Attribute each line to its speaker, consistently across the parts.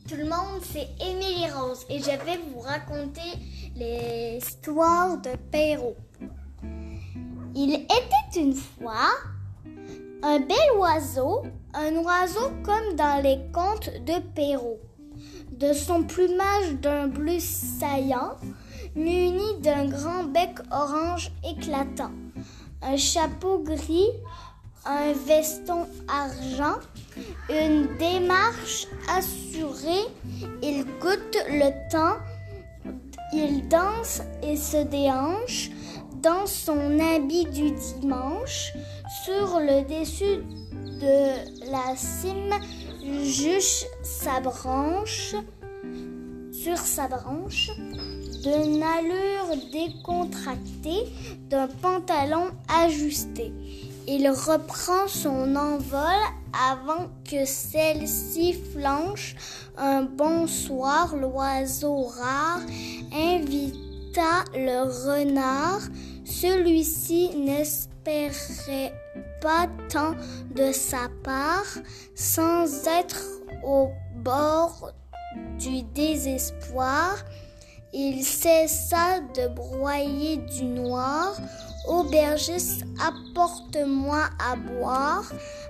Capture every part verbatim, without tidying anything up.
Speaker 1: tout le monde, c'est Émilie Rose et je vais vous raconter l'histoire de Perrault. Il était une fois un bel oiseau, un oiseau comme dans les contes de Perrault. De son plumage d'un bleu saillant, muni d'un grand bec orange éclatant, un chapeau gris, un veston argent, une démarche assurée, il goûte le temps, il danse et se déhanche dans son habit du dimanche, sur le dessus de la cime, juche sa branche, sur sa branche, d'une allure décontractée, d'un pantalon ajusté. Il reprend son envol avant que celle-ci flanche. Un bonsoir, l'oiseau rare invita le renard. Celui-ci n'espérait pas tant de sa part, sans être au bord du désespoir. Il cessa de broyer du noir. Aubergiste, apporte-moi à boire.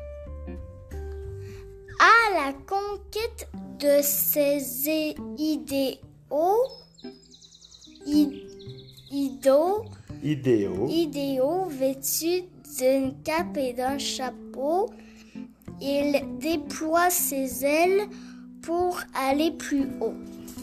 Speaker 1: À la conquête de ses idéaux, idéaux,
Speaker 2: idéaux,
Speaker 1: idéaux vêtus d'une cape et d'un chapeau, il déploie ses ailes pour aller plus haut.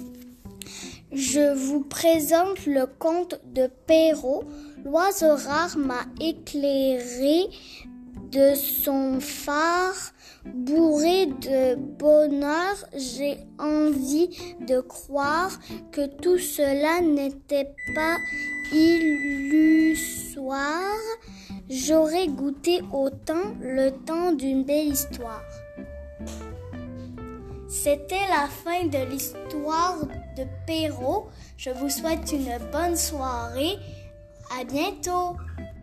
Speaker 1: Je vous présente le conte de Perrault. L'oiseau rare m'a éclairé de son phare, bourré de bonheur. J'ai envie de croire que tout cela n'était pas illusoire. J'aurais goûté au temps, le temps d'une belle histoire. C'était la fin de l'histoire de Perrault. Je vous souhaite une bonne soirée. À bientôt!